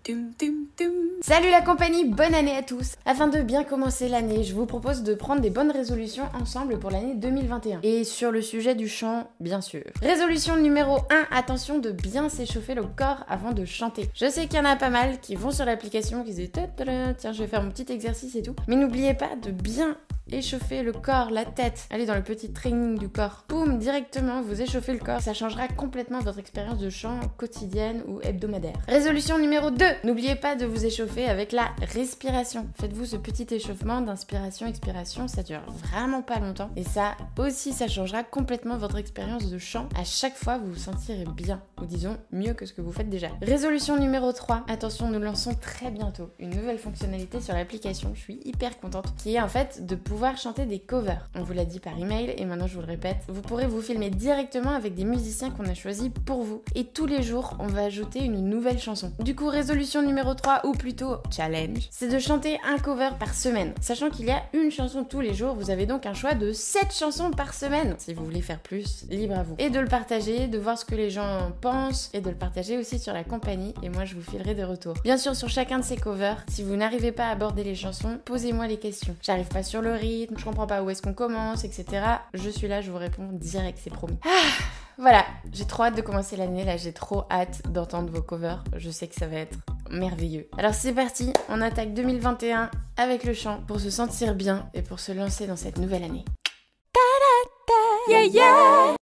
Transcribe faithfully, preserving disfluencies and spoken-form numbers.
Tum, tum, tum. Salut la compagnie, bonne année à tous. Afin de bien commencer l'année, je vous propose de prendre des bonnes résolutions ensemble pour l'année deux mille vingt et un. Et sur le sujet du chant, bien sûr. Résolution numéro un, attention de bien s'échauffer le corps avant de chanter. Je sais qu'il y en a pas mal qui vont sur l'application, qui se disent tiens, je vais faire mon petit exercice et tout. Mais n'oubliez pas de bien échauffer le corps, la tête. Allez dans le petit training du corps. Boum, directement, vous échauffez le corps. Ça changera complètement votre expérience de chant quotidienne ou hebdomadaire. Résolution numéro deux. N'oubliez pas de vous échauffer avec la respiration. Faites-vous ce petit échauffement d'inspiration, expiration. Ça dure vraiment pas longtemps. Et ça aussi, ça changera complètement votre expérience de chant. À chaque fois, vous vous sentirez bien. Ou disons, mieux que ce que vous faites déjà. Résolution numéro trois. Attention, nous lançons très bientôt une nouvelle fonctionnalité sur l'application. Je suis hyper contente. Qui est en fait de pouvoir chanter des covers. On vous l'a dit par email et maintenant je vous le répète. Vous pourrez vous filmer directement avec des musiciens qu'on a choisis pour vous. Et tous les jours, on va ajouter une nouvelle chanson. Du coup, résolution numéro trois, ou plutôt challenge, c'est de chanter un cover par semaine. Sachant qu'il y a une chanson tous les jours, vous avez donc un choix de sept chansons par semaine. Si vous voulez faire plus, libre à vous. Et de le partager, de voir ce que les gens pensent et de le partager aussi sur la compagnie et moi je vous filerai des retours. Bien sûr, sur chacun de ces covers, si vous n'arrivez pas à aborder les chansons, posez-moi les questions. J'arrive pas sur le rythme, je comprends pas où est-ce qu'on commence, et cetera. Je suis là, je vous réponds direct, c'est promis. Ah, voilà, j'ai trop hâte de commencer l'année, là j'ai trop hâte d'entendre vos covers. Je sais que ça va être merveilleux. Alors c'est parti, on attaque deux mille vingt et un avec le chant pour se sentir bien et pour se lancer dans cette nouvelle année. Yeah, yeah.